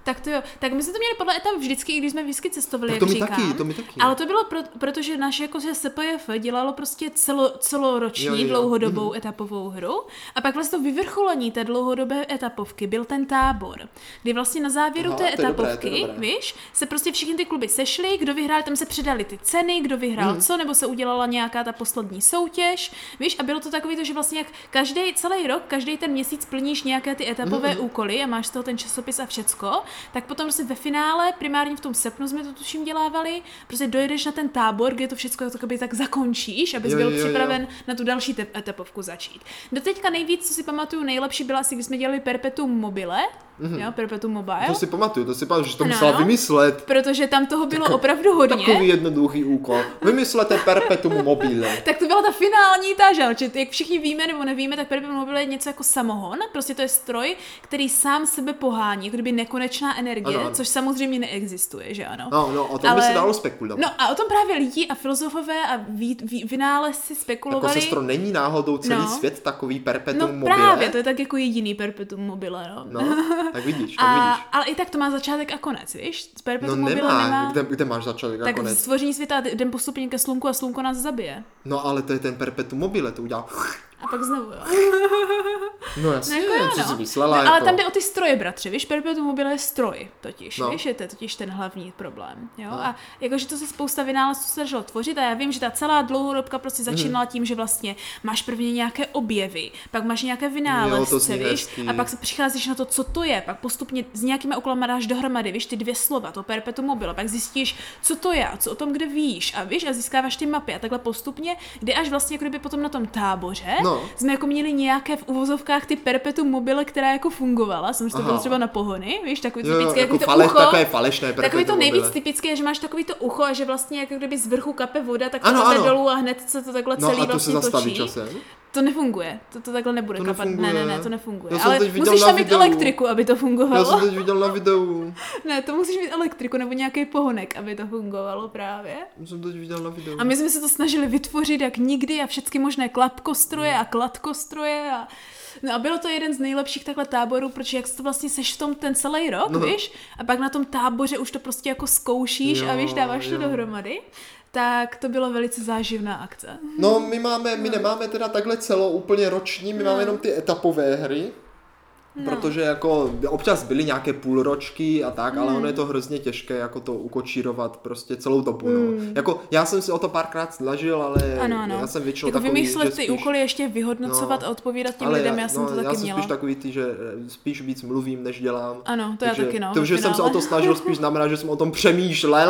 Tak to jo. Tak my jsme to měli podle etap vždycky, i když jsme vždycky cestovali, Tak to jak mi říkám. taky, to mi taky. Ale to bylo protože naše jakože SPJF dělalo prostě celoroční Jo. dlouhodobou etapovou hru a pak vlastně to vyvrcholení té dlouhodobé etapovky byl ten tábor, kdy vlastně na závěru té to je dobré, etapovky, to je dobré. víš, se prostě všichni ty kluby sešli, kdo vyhrál, tam se předali ty ceny, kdo vyhrál co, nebo se udělala nějaká ta poslední soutěž, víš, a bylo to takový to, že vlastně jak celý rok, každý ten měsíc plníš nějaké ty etapové úkoly a máš z toho ten časopis a všecko, tak potom prostě ve finále, primárně v tom srpnu jsme to tuším dělávali, prostě dojedeš na ten tábor, kde to všechno tak zakončíš, abys byl připraven na tu další etapovku začít. Doteďka nejvíc, co si pamatuju, nejlepší byla asi, když jsme dělali Perpetuum mobile, jo, Perpetuum mobile. To si pamatuju, že to musela vymyslet. Protože tam toho bylo opravdu hodně. Takový jednoduchý úkol. Vymyslete Perpetuum mobile. Tak to byla ta finální že jak všichni víme nebo nevíme, tak Perpetuum mobile je něco jako samohon, prostě to je stroj, který sám sebe pohání, jako kdyby nekonečná energie, ano. Což samozřejmě neexistuje, že ano. No, o tom by se dalo spekulovat. No a o tom právě lidi a filozofové a vynálezci spekulovali. Jako sestro, není náhodou celý svět takový Perpetuum mobile? No právě, to je tak jako jediný Perpetuum mobile, no. Tak vidíš. Ale i tak to má začátek a konec, víš? Z Perpetuum mobile nemá. Kde máš začátek a konec? Tak stvoření světa jdem postupně ke slunku a slunko nás zabije. No ale to je ten Perpetuum mobile, to udělal. A pak znovu, jo. No jasně, co jsi myslela. No, jako. ale tam jde o ty stroje, bratře, víš, Perpetuum mobile je stroj totiž, víš, je to totiž ten hlavní problém, jo. A jakože to se spousta vynálezců se začalo tvořit a já vím, že ta celá dlouhodobka prostě začínala tím, že vlastně máš prvně nějaké objevy, pak máš nějaké vynálezce, víš, a pak se přicházíš na to, co to je, pak postupně s nějakými okolama dáš dohromady, víš, ty dvě slova, to Perpetuum mobile, pak zjistíš, co to je a co o tom kde víš a víš, a získáváš ty mapy a takhle postupně, kdy až vlastně jako kdyby potom na tom táboře jsme jako měli nějaké v uvozovkách ty Perpetuum mobile, která jako fungovala, jsem to bylo třeba na pohony, víš, takový typické, jako to ucho. Takové falešné Takový to nejvíc typické, že máš takový to ucho a že vlastně jako kdyby z vrchu kape voda, tak to kape dolů a hned se to takhle celý vlastně točí. Časem. To nefunguje, to takhle nebude kapat. Ne, to nefunguje. Ale musíš tam mít elektriku, aby to fungovalo. Já jsem teď viděl na videu. Ne, to musíš mít elektriku nebo nějaký pohonek, aby to fungovalo právě. Já jsem teď viděl na videu. A my jsme se to snažili vytvořit jak nikdy a všechny možné klapkostroje a kladkostroje a bylo to jeden z nejlepších takhle táborů, protože jak to vlastně seš v tom ten celý rok, víš? A pak na tom táboře už to prostě jako zkoušíš a víš, dáváš to dohromady. Tak to bylo velice záživná akce. No, my nemáme teda takhle celou úplně roční, my máme jenom ty etapové hry. Protože jako občas byly nějaké půlročky a tak, ale ono je to hrozně těžké jako to ukočírovat prostě celou dobu, no. Jako já jsem si o to párkrát snažil, ale já jsem většinou jako takový, vymyslet ty úkoly ještě vyhodnocovat a odpovídat těm lidem, já jsem to taky měla. Já jsem spíš takový ty, že spíš víc mluvím, než dělám. Ano, to takže, já taky, no. To, že jsem se o to snažil, spíš znamená, že jsem o tom přemýšlel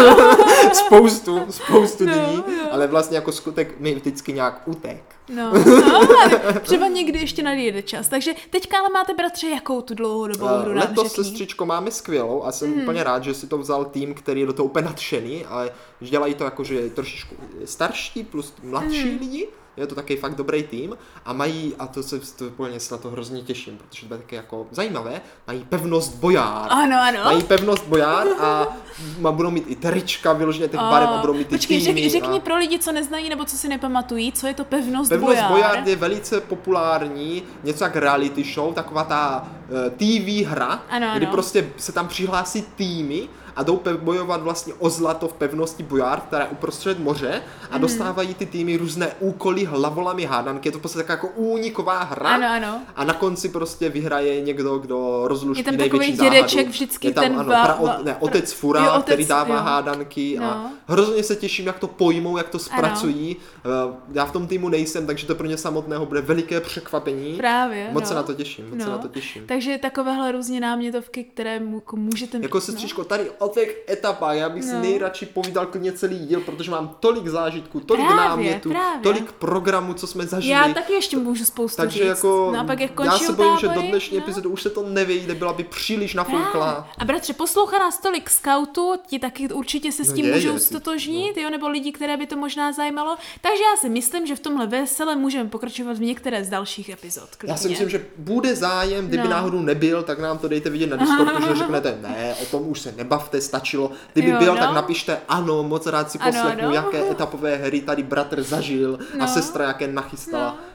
spoustu dní, ale vlastně jako skutek mi vždycky nějak utek. No, třeba někdy ještě nadjede čas. Takže teďka ale máte, bratře, jakou tu dlouhodobou hru nám Letos, sestřičko, máme skvělou a jsem úplně rád, že si to vzal tým, který je do toho úplně nadšený, ale že dělají to jako, že trošičku starší plus mladší lidi. Je to taky fakt dobrý tým a mají, a to úplně se na to hrozně těším, protože to je taky jako zajímavé, mají pevnost bojár. Ano. Mají pevnost bojár a budou mít i trička vyloženě těch barev a budou mít i týmy. Počkej, řekni pro lidi, co neznají nebo co si nepamatují, co je to pevnost bojár. Pevnost bojár je velice populární, něco jak reality show, taková ta TV hra, kdy prostě se tam přihlásí týmy a jdou bojovat vlastně o zlato v pevnosti Bojár, která je uprostřed moře a dostávají ty týmy různé úkoly, hlavolami, hádanky, je to prostě taková jako úniková hra. Ano. A na konci prostě vyhraje někdo, kdo rozluští největší záhadu. Je tam takový dědeček vždycky, je tam, otec Fura, který dává hádanky a hrozně se těším, jak to pojmou, jak to zpracují. Já v tom týmu nejsem, takže to pro mě samotného bude veliké překvapení. Právě. Moc se na to těším, Takže takovéhle různě námětovky, které můžete mít. Jako sestřičko, tady o těch etapách, já bych si nejradši povídal klidně celý díl, protože mám tolik zážitků, tolik námětů, tolik programů, co jsme zažili. Já taky ještě můžu spoustu takže říct. Jako, no a pak jak já se bojím, že do tábory, dnešní epizody už se to nevyjde, byla by příliš nafoukla. A bratře, poslouchá nás tolik skautů, ti taky určitě se s tím můžou stotožnit, jo, nebo lidi, které by to možná zajímalo. Takže já si myslím, že v tomhle vesele můžeme pokračovat v některé z dalších epizod. Klidně. Já si myslím, že bude zájem, kdyby náhodou nebyl, tak nám to dejte vidět na Discordu, že řeknete, ne, o tom už se nebavte, stačilo. Kdyby byl, tak napište ano, moc rád si poslechnu, jaké etapové hry tady bratr zažil a sestra jaké nachystala.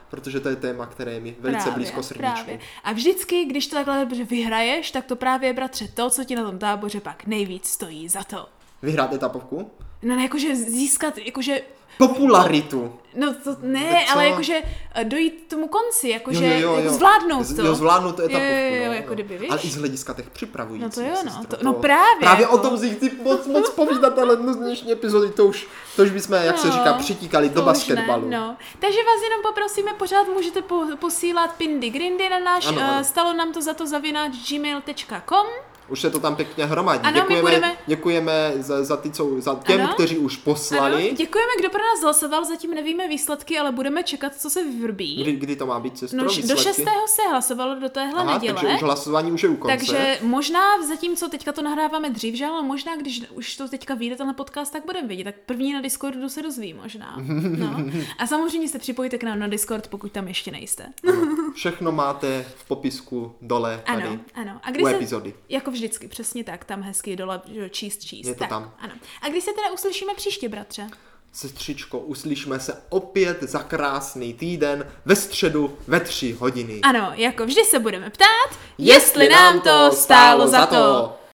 protože to je téma, které je mi velice blízko srdíčku. A vždycky, když to takhle vyhraješ, tak to právě je, bratře, to, co ti na tom táboře pak nejvíc stojí za to. Vyhrát etapovku? No ne, jakože získat, jakože... Popularitu. No to ne, ale jakože dojít tomu konci, jakože jako zvládnout to. Jo, zvládnout to etapovku, jo, jako kdyby, víš? Ale i z hlediska těch připravujících. No to jo, no. No právě. Právě jako... o tom si chci moc povídat, ale dnešní epizody, to už bychom, jak se říká, přitíkali do basketbalu. No. Takže vás jenom poprosíme, pořád můžete posílat pindy grindy na náš, stalo nám to za to @gmail.com. Už se to tam pěkně hromadí. Ano, děkujeme za těm, kteří už poslali. Ano, děkujeme, kdo pro nás hlasoval, zatím nevíme výsledky, ale budeme čekat, co se vyvrbí. Kdy to má být, sestro, výsledky? Do 6. se hlasovalo do téhle neděle. Takže už hlasování už je u konce. Takže možná, zatímco teďka to nahráváme dřív, že ale možná, když už to teďka vyjde tenhle podcast, tak budeme vědět. Tak první na Discordu se dozví možná. No. A samozřejmě se připojte k nám na Discord, pokud tam ještě nejste. Všechno máte v popisku dole tady. Ano. U epizody. Jako vždycky, přesně tak, tam hezky dole číst. Je to tak, tam. Ano. A když se teda uslyšíme příště, bratře? Sestřičko, uslyšíme se opět za krásný týden ve středu ve 3 hodiny. Ano, jako vždy se budeme ptát, jestli nám to stálo za to.